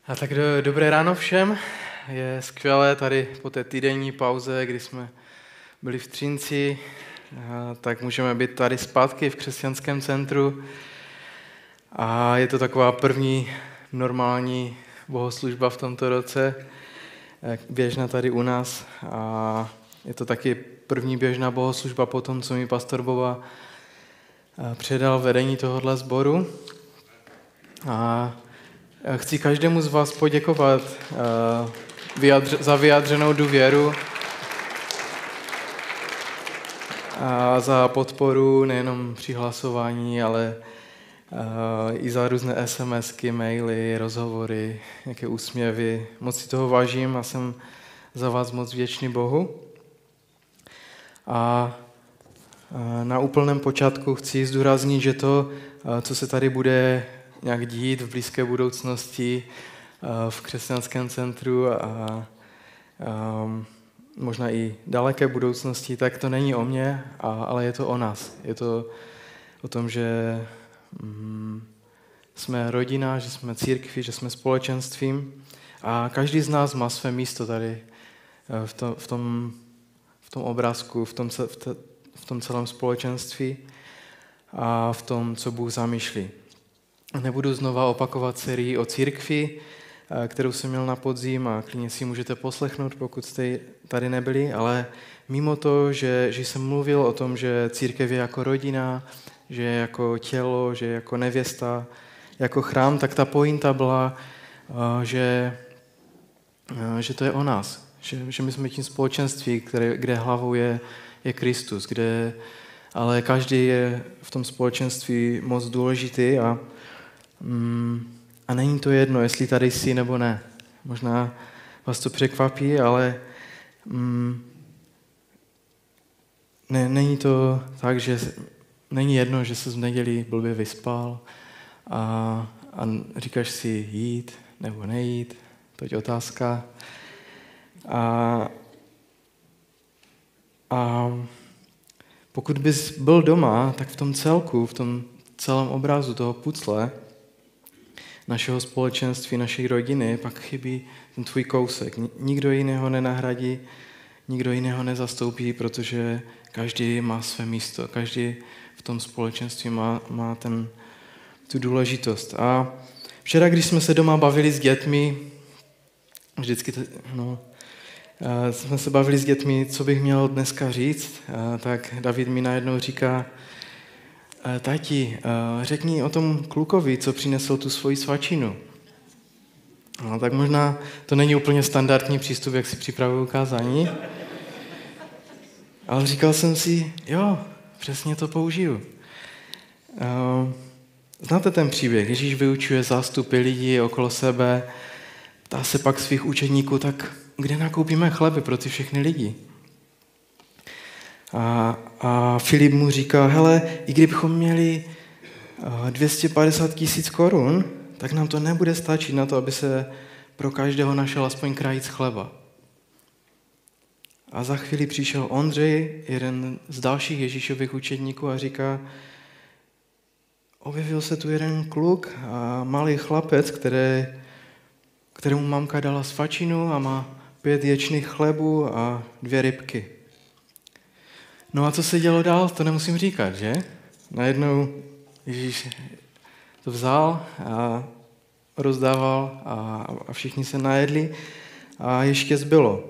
A tak dobré ráno všem. Je skvělé tady po té týdenní pauze, kdy jsme byli v Třinci, tak můžeme být tady zpátky v křesťanském centru. A je to taková první normální bohoslužba v tomto roce, běžná tady u nás. A je to taky první běžná bohoslužba po tom, co mi pastor Boba předal vedení tohohle sboru. A chci každému z vás poděkovat za vyjádřenou důvěru a za podporu nejenom při hlasování, ale i za různé SMSky, maily, rozhovory, nějaké úsměvy. Moc si toho vážím a jsem za vás moc vděčný Bohu. A na úplném počátku chci zdůraznit, že to, co se tady bude nějak dít v blízké budoucnosti v křesťanském centru a možná i daleké budoucnosti, tak to není o mně, ale je to o nás. Je to o tom, že jsme rodina, že jsme církví, že jsme společenstvím a každý z nás má své místo tady v tom obrázku, v tom celém společenství a v tom, co Bůh zamýšlí. Nebudu znova opakovat sérii o církvi, kterou jsem měl na podzim a klidně si můžete poslechnout, pokud jste tady nebyli, ale mimo to, že jsem mluvil o tom, že církev je jako rodina, že je jako tělo, že je jako nevěsta, jako chrám, tak ta pointa byla, že to je o nás, že my jsme tím společenství, kde hlavou je Kristus, ale každý je v tom společenství moc důležitý a není to jedno, jestli tady jsi nebo ne. Možná vás to překvapí, ale není to tak, že není jedno, že se v neděli blbě vyspal a říkáš si jít nebo nejít, to je otázka. A pokud bys byl doma, tak v tom celku, v tom celém obrazu toho pucle našeho společenství, naší rodiny, pak chybí ten tvůj kousek. Nikdo jiného nenahradí, nikdo jiného nezastoupí, protože každý má své místo, každý v tom společenství má tu důležitost. A včera, když jsme se doma bavili s dětmi, jsme se bavili s dětmi, co bych měl dneska říct, tak David mi najednou říká: Tati, řekni o tom klukovi, co přinesl tu svoji svačinu. No, tak možná to není úplně standardní přístup, jak si připravuju kázání, ale říkal jsem si, jo, přesně to použiju. Znáte ten příběh? Ježíš vyučuje zástupy lidí okolo sebe, ptá se pak svých učeníků, tak kde nakoupíme chleby pro ty všechny lidi? A Filip mu říká, hele, i kdybychom měli 250 000 korun, tak nám to nebude stačit na to, aby se pro každého našel aspoň krajíc chleba. A za chvíli přišel Ondřej, jeden z dalších Ježíšových učedníků a říká, objevil se tu jeden kluk a malý chlapec, kterému mamka dala svačinu a má 5 ječných chlebů a 2 rybky. No a co se dělo dál, to nemusím říkat, že? Najednou Ježíš to vzal a rozdával a všichni se najedli a ještě zbylo.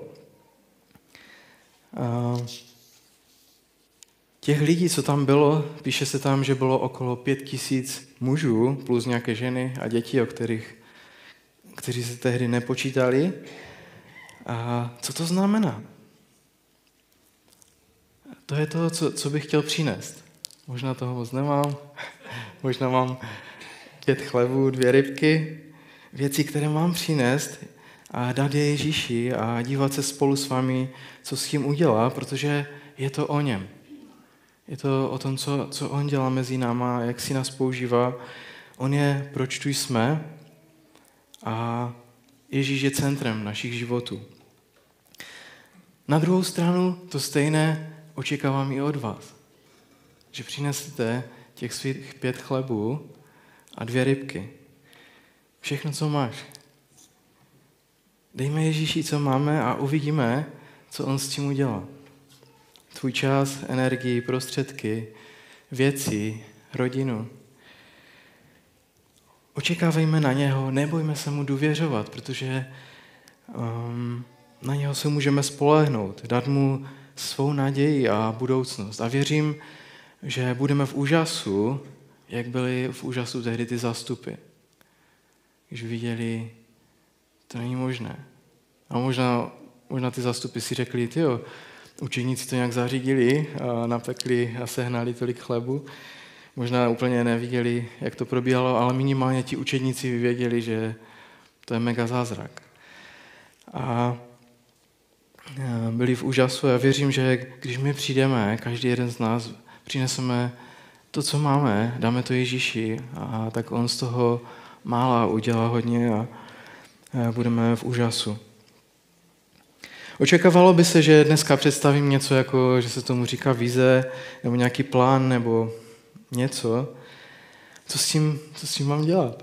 Těch lidí, co tam bylo, píše se tam, že bylo okolo 5 000 mužů plus nějaké ženy a děti, kteří se tehdy nepočítali. A co to znamená? To je to, co bych chtěl přinést. Možná toho moc nemám, možná mám 5 chlebů, 2 rybky, věci, které mám přinést a dát je Ježíši a dívat se spolu s vámi, co s tím udělá, protože je to o něm. Je to o tom, co on dělá mezi náma, jak si nás používá. On je, proč tu jsme a Ježíš je centrem našich životů. Na druhou stranu to stejné očekávám i od vás. Že přinesete těch svých 5 chlebů a 2 rybky. Všechno, co máš. Dejme Ježíši, co máme a uvidíme, co on s tím udělá. Tvůj čas, energii, prostředky, věci, rodinu. Očekávejme na něho, nebojme se mu důvěřovat, protože na něho se můžeme spolehnout, dát mu svou naději a budoucnost. A věřím, že budeme v úžasu, jak byli v úžasu tehdy ty zástupy. Když viděli, to není možné. A možná ty zástupy si řekli, tyjo, učeníci to nějak zařídili a napekli a sehnali tolik chlebu. Možná úplně neviděli, jak to probíhalo, ale minimálně ti učedníci věděli, že to je mega zázrak. A byli v úžasu a věřím, že když my přijdeme, každý jeden z nás přineseme to, co máme, dáme to Ježíši a tak on z toho mála udělá hodně a budeme v úžasu. Očekávalo by se, že dneska představím něco jako, že se tomu říká vize, nebo nějaký plán, nebo něco. Co s tím mám dělat?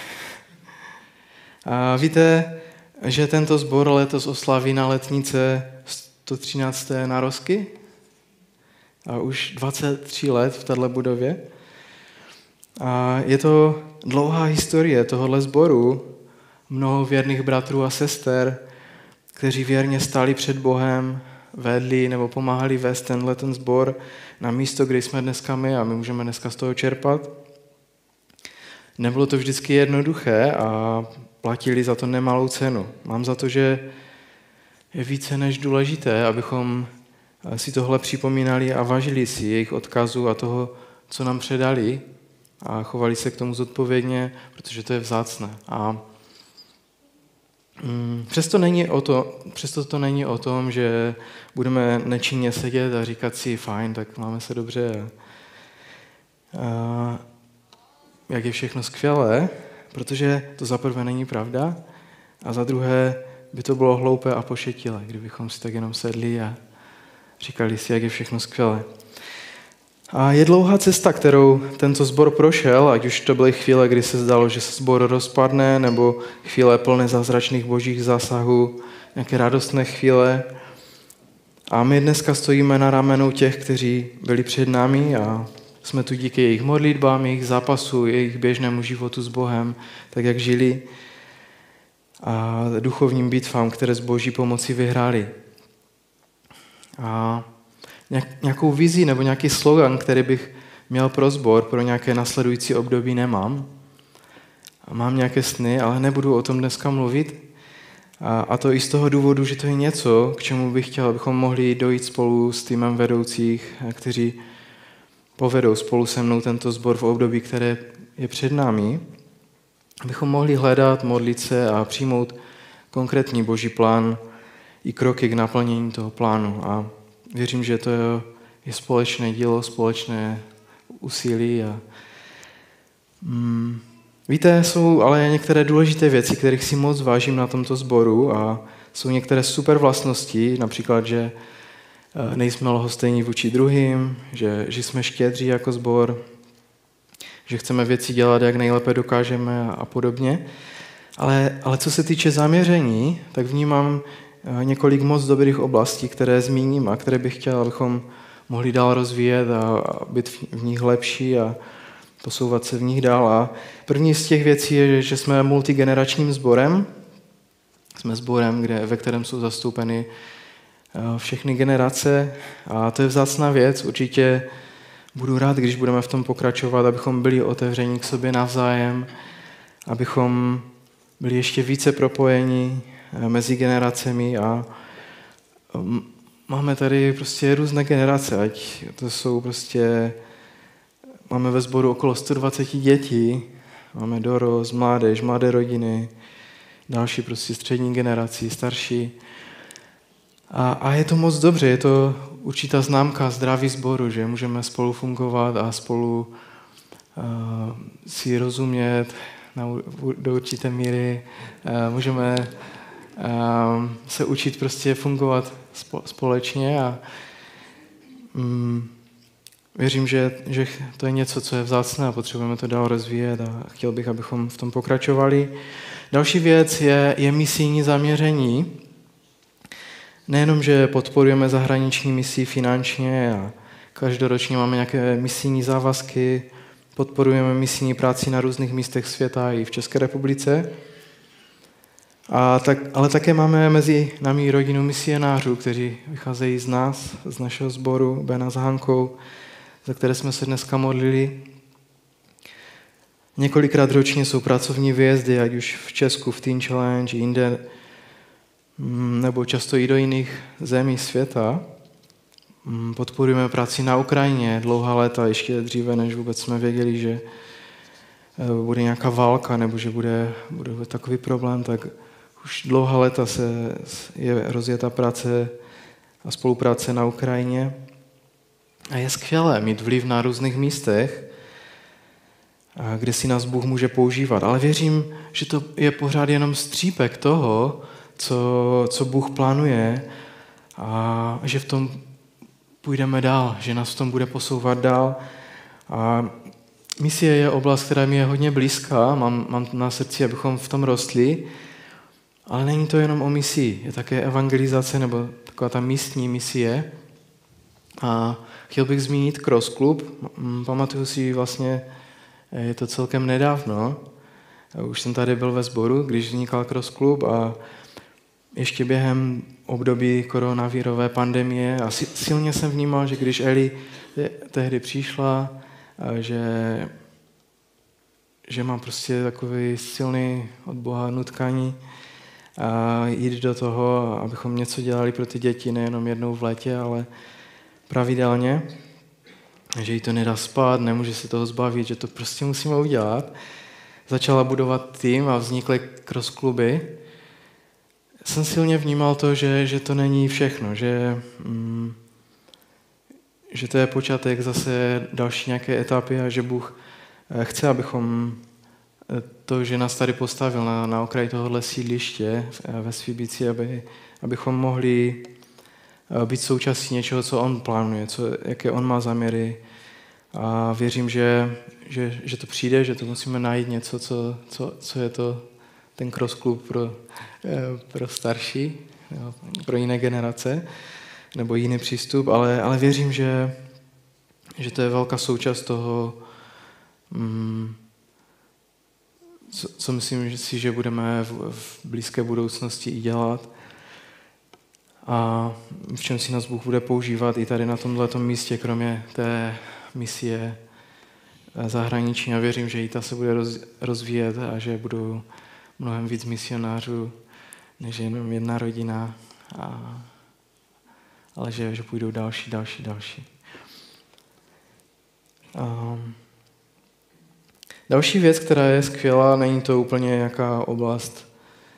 A víte, že tento sbor letos oslaví na letnice 113. narozky? A už 23 let v této budově. A je to dlouhá historie tohohle sboru, mnoho věrných bratrů a sester, kteří věrně stáli před Bohem, vedli nebo pomáhali vést ten sbor na místo, kde jsme dneska my a my můžeme dneska z toho čerpat. Nebylo to vždycky jednoduché a platili za to nemalou cenu. Mám za to, že je více než důležité, abychom si tohle připomínali a vážili si jejich odkazu a toho, co nám předali a chovali se k tomu zodpovědně, protože to je vzácné. A přesto to není o tom, že budeme nečinně sedět a říkat si, fajn, tak máme se dobře. Jak je všechno skvělé, protože to za prvé není pravda a za druhé by to bylo hloupé a pošetilé, kdybychom si tak jenom sedli a říkali si, jak je všechno skvělé. A je dlouhá cesta, kterou tento sbor prošel, ať už to byly chvíle, kdy se zdalo, že se sbor rozpadne, nebo chvíle plné zázračných božích zásahů, nějaké radostné chvíle. A my dneska stojíme na ramenou těch, kteří byli před námi a jsme tu díky jejich modlitbám, jejich zápasu, jejich běžnému životu s Bohem, tak jak žili a duchovním bitvám, které z boží pomoci vyhráli. A nějakou vizi nebo nějaký slogan, který bych měl pro sbor, pro nějaké nasledující období nemám. A mám nějaké sny, ale nebudu o tom dneska mluvit. A to i z toho důvodu, že to je něco, k čemu bych chtěl, abychom mohli dojít spolu s týmem vedoucích, kteří povedou spolu se mnou tento sbor v období, které je před námi, abychom mohli hledat, modlit se a přijmout konkrétní boží plán i kroky k naplnění toho plánu. A věřím, že to je společné dílo, společné úsilí. Víte, jsou ale některé důležité věci, kterých si moc vážím na tomto sboru a jsou některé super vlastnosti, například, že nejsme lhostejní vůči druhým, že jsme štědří jako sbor, že chceme věci dělat, jak nejlépe dokážeme a podobně. Ale co se týče zaměření, tak vnímám několik moc dobrých oblastí, které zmíním a které bych chtěl, abychom mohli dál rozvíjet a být v nich lepší a posouvat se v nich dál. A první z těch věcí je, že jsme multigeneračním sborem. Jsme sborem, ve kterém jsou zastoupeny všechny generace a to je vzácná věc. Určitě budu rád, když budeme v tom pokračovat, abychom byli otevření k sobě navzájem, abychom byli ještě více propojeni mezi generacemi a máme tady prostě různé generace, ať to jsou prostě, máme ve sboru okolo 120 dětí, máme dorost, mládež, mladé rodiny, další prostě střední generaci, starší. A je to moc dobře, je to určitá známka zdraví sboru, že můžeme spolu fungovat a spolu si rozumět do určité míry. Můžeme se učit prostě fungovat společně a věřím, že to je něco, co je vzácné a potřebujeme to dál rozvíjet a chtěl bych, abychom v tom pokračovali. Další věc je misijní zaměření. Nejenom, že podporujeme zahraniční misi finančně a každoročně máme nějaké misijní závazky, podporujeme misijní práci na různých místech světa i v České republice, ale také máme mezi námi rodinu misionářů, kteří vycházejí z nás, z našeho sboru, Bena s Hankou, za které jsme se dneska modlili. Několikrát ročně jsou pracovní výjezdy, ať už v Česku, v Teen Challenge, jinde, nebo často i do jiných zemí světa. Podporujeme práci na Ukrajině dlouhá léta, ještě dříve, než vůbec jsme věděli, že bude nějaká válka nebo že bude takový problém, tak už dlouhá léta je rozjetá práce a spolupráce na Ukrajině. A je skvělé mít vliv na různých místech, kde si nás Bůh může používat. Ale věřím, že to je pořád jenom střípek toho, co Bůh plánuje a že v tom půjdeme dál, že nás v tom bude posouvat dál. A misie je oblast, která mi je hodně blízká, mám na srdci, abychom v tom rostli, ale není to jenom o misii, je také evangelizace nebo taková ta místní misie. A chtěl bych zmínit Cross Club. Pamatuju si vlastně, je to celkem nedávno, už jsem tady byl ve sboru, když vznikal Cross Club a ještě během období koronavirové pandemie a silně jsem vnímal, že když Eli tehdy přišla, že mám prostě takový silný od Boha nutkání a jít do toho, abychom něco dělali pro ty děti, nejenom jednou v létě, ale pravidelně, že jí to nedá spát, nemůže se toho zbavit, že to prostě musíme udělat. Začala budovat tým a vznikly cross kluby. Jsem silně vnímal to, že to není všechno, že to je počátek zase další nějaké etapy a že Bůh chce, abychom to, že nás tady postavil na okraji tohohle sídliště ve Svíbici, abychom mohli být součástí něčeho, co on plánuje, jaké on má záměry. A věřím, že to přijde, že to musíme najít něco, co je to ten cross klub pro starší, pro jiné generace, nebo jiný přístup, ale věřím, že to je velká součást toho, co myslím si, že budeme v blízké budoucnosti i dělat. A v čem si nás Bůh bude používat i tady na tomto místě, kromě té misie zahraniční. A věřím, že i ta se bude rozvíjet a že budou mnohem víc misionářů, než jenom jedna rodina, ale že půjdou další. Další věc, která je skvělá, není to úplně nějaká oblast,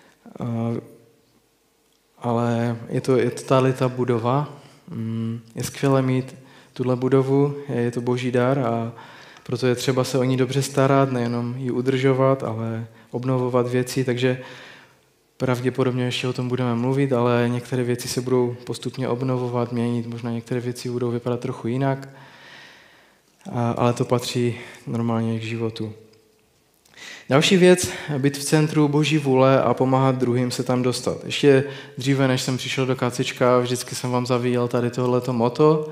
ale je to ta budova. Je skvělé mít tuhle budovu, je to boží dar a proto je třeba se o ní dobře starat, nejenom ji udržovat, ale obnovovat věci, takže pravděpodobně ještě o tom budeme mluvit, ale některé věci se budou postupně obnovovat, měnit, možná některé věci budou vypadat trochu jinak, ale to patří normálně k životu. Další věc, být v centru boží vůle a pomáhat druhým se tam dostat. Ještě dříve, než jsem přišel do Kacečka, vždycky jsem vám zavíjel tady tohleto motto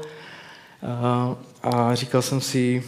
a říkal jsem si,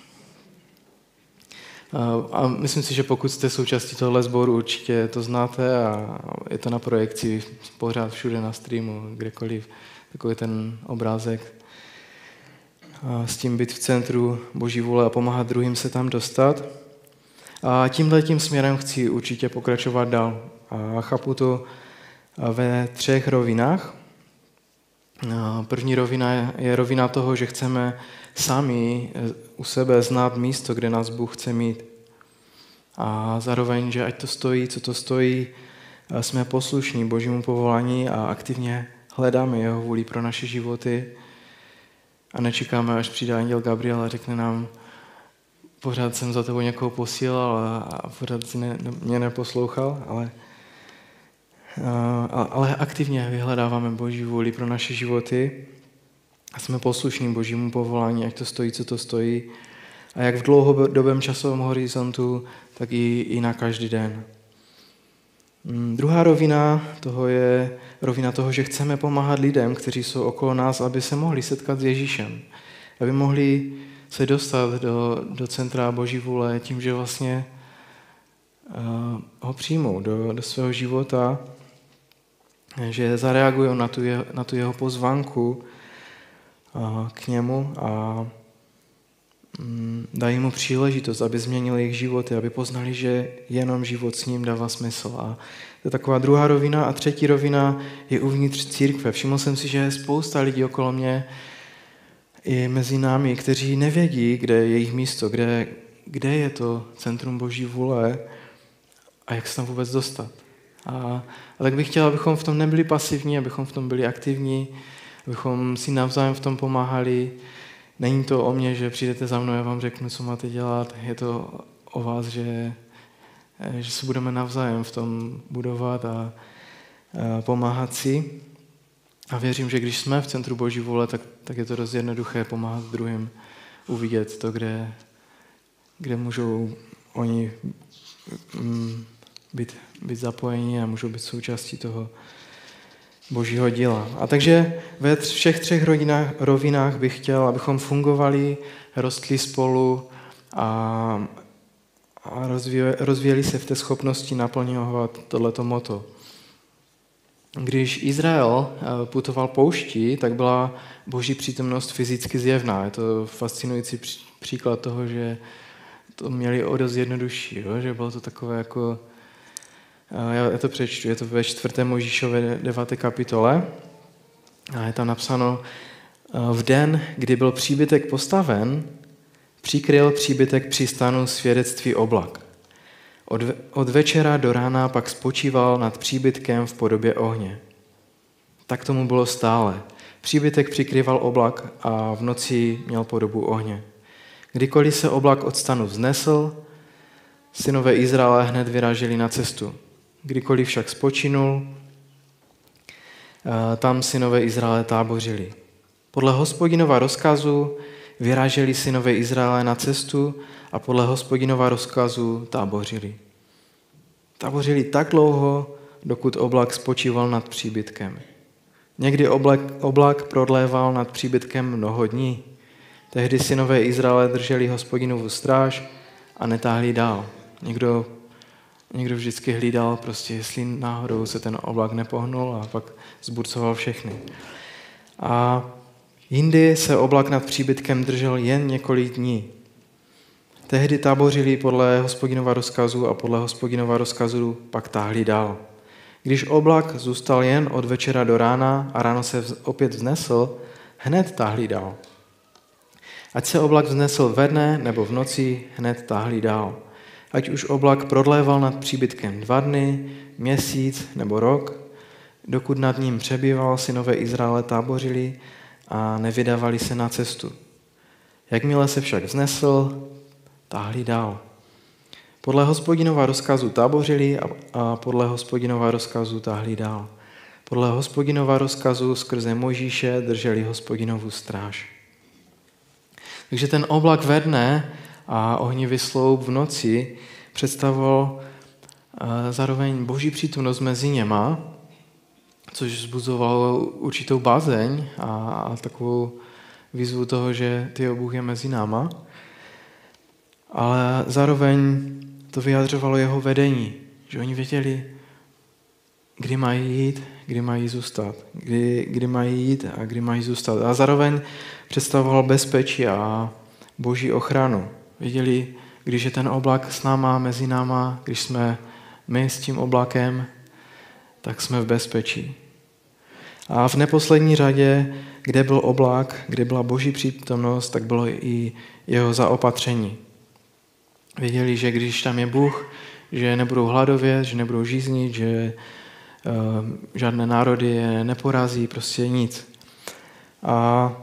a myslím si, že pokud jste součástí tohle sboru, určitě to znáte a je to na projekci pořád všude na streamu, kdekoliv, takový ten obrázek. A s tím být v centru boží vůle a pomáhat druhým se tam dostat. A tímhletím směrem chci určitě pokračovat dál. A chápu to ve 3 rovinách. První rovina je rovina toho, že chceme sami u sebe znát místo, kde nás Bůh chce mít. A zároveň, že ať to stojí, co to stojí, jsme poslušní Božímu povolání a aktivně hledáme jeho vůli pro naše životy a nečekáme, až přijde anděl Gabriel a řekne nám, pořád jsem za tebou někoho posílal a pořád si mě neposlouchal, ale aktivně vyhledáváme Boží vůli pro naše životy a jsme poslušní Božímu povolání, ať to stojí, co to stojí. A jak v dlouhodobém časovém horizontu, tak i na každý den. Druhá rovina toho je rovina toho, že chceme pomáhat lidem, kteří jsou okolo nás, aby se mohli setkat s Ježíšem. Aby mohli se dostat do centra Boží vůle tím, že vlastně ho přijmou do svého života, že zareagují na tu jeho pozvánku k němu a dají mu příležitost, aby změnil jejich životy, aby poznali, že jenom život s ním dává smysl. A to je taková druhá rovina. A třetí rovina je uvnitř církve. Všiml jsem si, že je spousta lidí okolo mě i mezi námi, kteří nevědí, kde je jejich místo, kde je to centrum Boží vůle a jak se tam vůbec dostat. A tak bych chtěl, abychom v tom nebyli pasivní, abychom v tom byli aktivní, abychom si navzájem v tom pomáhali. Není to o mně, že přijdete za mnou, já vám řeknu, co máte dělat. Je to o vás, že se budeme navzájem v tom budovat a pomáhat si. A věřím, že když jsme v centru Boží vůle, tak je to dost jednoduché pomáhat druhým uvidět to, kde můžou oni být zapojeni a můžou být součástí toho Božího díla. A takže ve všech třech rovinách bych chtěl, abychom fungovali, rostli spolu a rozvíjeli se v té schopnosti naplňovat tohleto motto. Když Izrael putoval pouští, tak byla Boží přítomnost fyzicky zjevná. Je to fascinující příklad toho, že to měli o dost jednodušší, jo? Že bylo to takové jako... Já to přečtu, je to ve 4. Mojžíšově 9. kapitole a je tam napsáno: v den, kdy byl příbytek postaven, přikryl příbytek přístanu svědectví oblak. Od večera do rána pak spočíval nad příbytkem v podobě ohně. Tak tomu bylo stále. Příbytek přikryval oblak a v noci měl podobu ohně. Kdykoliv se oblak od stanu vznesl, synové Izraele hned vyráželi na cestu. Kdykoliv však spočinul, tam synové Izraele tábořili. Podle Hospodinova rozkazu vyráželi synové Izraele na cestu a podle Hospodinova rozkazu tábořili. Tábořili tak dlouho, dokud oblak spočíval nad příbytkem. Někdy oblak prodléval nad příbytkem mnoho dní. Tehdy synové Izraele drželi Hospodinovu stráž a netáhli dál. Někdo vždycky hlídal, prostě jestli náhodou se ten oblak nepohnul a pak zburcoval všechny. A jindy se oblak nad příbytkem držel jen několik dní. Tehdy tábořili podle Hospodinova rozkazu a podle Hospodinova rozkazu pak táhli dál. Když oblak zůstal jen od večera do rána a ráno se opět vznesl, hned táhli dál. Ať se oblak vznesl ve dne nebo v noci, hned táhli dál. Ať už oblak prodléval nad příbytkem 2 dny, měsíc nebo rok, dokud nad ním přebýval, synové Izraele tábořili a nevydávali se na cestu. Jakmile se však vznesl, táhli dál. Podle Hospodinova rozkazu tábořili a podle Hospodinova rozkazu táhli dál. Podle Hospodinova rozkazu skrze Mojžíše drželi Hospodinovu stráž. Takže ten oblak ve dne a ohnivý sloup v noci představoval zároveň Boží přítomnost mezi něma, což vzbuzovalo určitou bázeň a takovou výzvu toho, že Bůh je mezi náma. Ale zároveň to vyjadřovalo jeho vedení, že oni věděli, kdy mají jít, kdy mají zůstat, kdy mají jít a kdy mají zůstat. A zároveň představoval bezpečí a Boží ochranu. Věděli, když je ten oblak s náma, mezi náma, když jsme my s tím oblakem, tak jsme v bezpečí. A v neposlední řadě, kde byl oblak, kde byla Boží přítomnost, tak bylo i jeho zaopatření. Věděli, že když tam je Bůh, že nebudou hladovět, že nebudou žíznit, že žádné národy je neporazí, prostě nic. A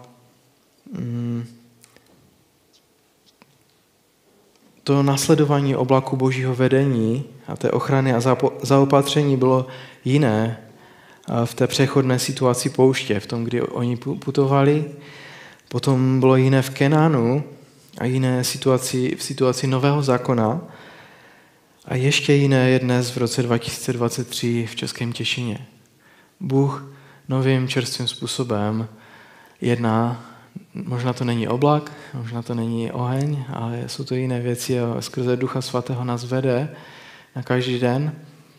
to nasledování oblaku Božího vedení a té ochrany a zaopatření bylo jiné v té přechodné situaci pouště, v tom, kdy oni putovali. Potom bylo jiné v Kenánu a jiné v situaci Nového zákona. A ještě jiné je dnes v roce 2023 v Českém Těšíně. Bůh novým čerstvým způsobem jedná. Možná to není oblak, možná to není oheň, ale jsou to jiné věci a skrze Ducha Svatého nás vede na každý den.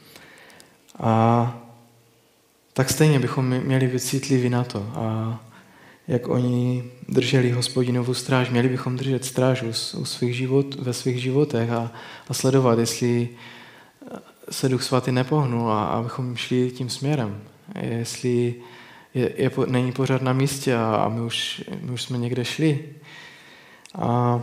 A tak stejně bychom měli být citliví na to. A jak oni drželi Hospodinovu stráž, měli bychom držet stráž ve svých životech a sledovat, jestli se Duch Svatý nepohnul a abychom šli tím směrem. Jestli není pořád na místě a my už jsme někde šli. A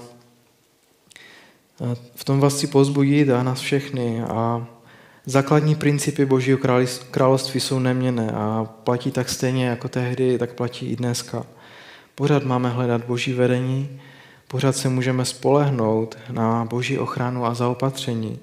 v tom vás chci povzbudit a nás všechny. A základní principy Božího království jsou neměnné a platí tak stejně jako tehdy, tak platí i dneska. Pořád máme hledat Boží vedení, pořád se můžeme spolehnout na Boží ochranu a zaopatření.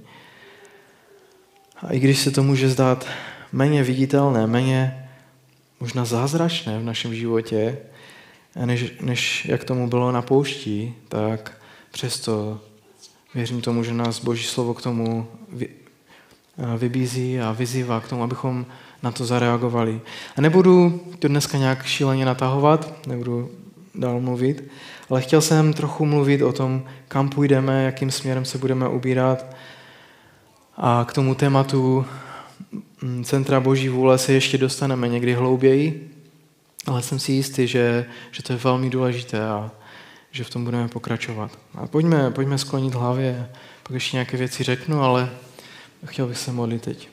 A i když se to může zdát méně viditelné, méně možná zázračné v našem životě, než jak tomu bylo na poušti, tak přesto věřím tomu, že nás Boží slovo k tomu vybízí a vyzývá k tomu, abychom na to zareagovali. A nebudu to dneska nějak šíleně natahovat, nebudu dál mluvit, ale chtěl jsem trochu mluvit o tom, kam půjdeme, jakým směrem se budeme ubírat. A k tomu tématu Centra Boží vůle se ještě dostaneme někdy hlouběji, ale jsem si jistý, že to je velmi důležité a že v tom budeme pokračovat. A pojďme sklonit hlavě, pak ještě nějaké věci řeknu, ale chtěl bych se modlit teď.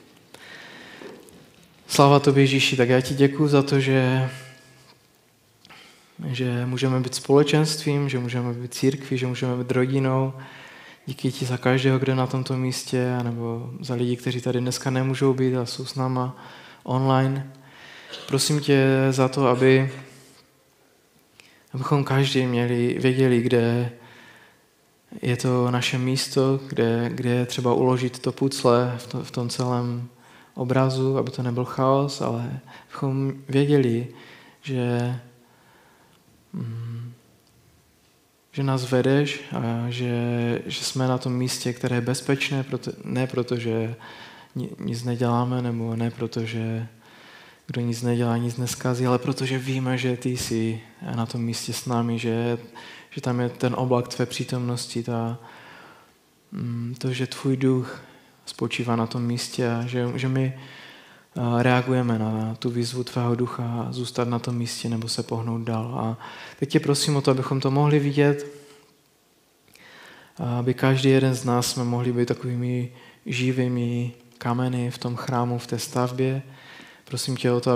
Sláva tobě, Ježíši, tak já ti děkuju za to, že můžeme být společenstvím, že můžeme být církví, že můžeme být rodinou. Díky ti za každého, kdo je na tomto místě, nebo za lidi, kteří tady dneska nemůžou být a jsou s náma online. Prosím tě za to, abychom každý věděli, kde je to naše místo, kde je třeba uložit to pucle v tom celém obrazu, aby to nebyl chaos, ale abychom věděli, že nás vedeš a že jsme na tom místě, které je bezpečné, ne proto, že nic neděláme, nebo ne proto, že kdo nic nedělá, nic neskazí, ale protože víme, že ty jsi na tom místě s námi, že tam je ten oblak tvé přítomnosti, že tvůj duch spočívá na tom místě a že my reagujeme na tu výzvu tvého ducha zůstat na tom místě nebo se pohnout dál. A teď tě prosím o to, abychom to mohli vidět, aby každý jeden z nás jsme mohli být takovými živými kameny v tom chrámu, v té stavbě. Prosím tě o to,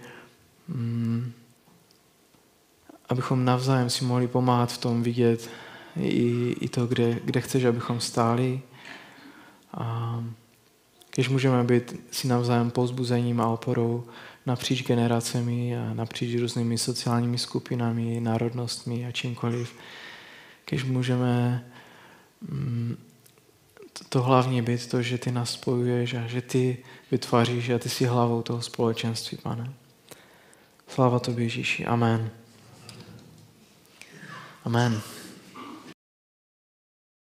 abychom navzájem si mohli pomáhat v tom vidět i to, kde chceš, abychom stáli. A když můžeme být si navzájem povzbuzením a oporou napříč generacemi a napříč různými sociálními skupinami, národnostmi a čímkoliv. Když můžeme to hlavně být to, že ty nás spojuješ a že ty vytváříš a ty jsi hlavou toho společenství, Pane. Sláva tobě, Ježíši. Amen. Amen.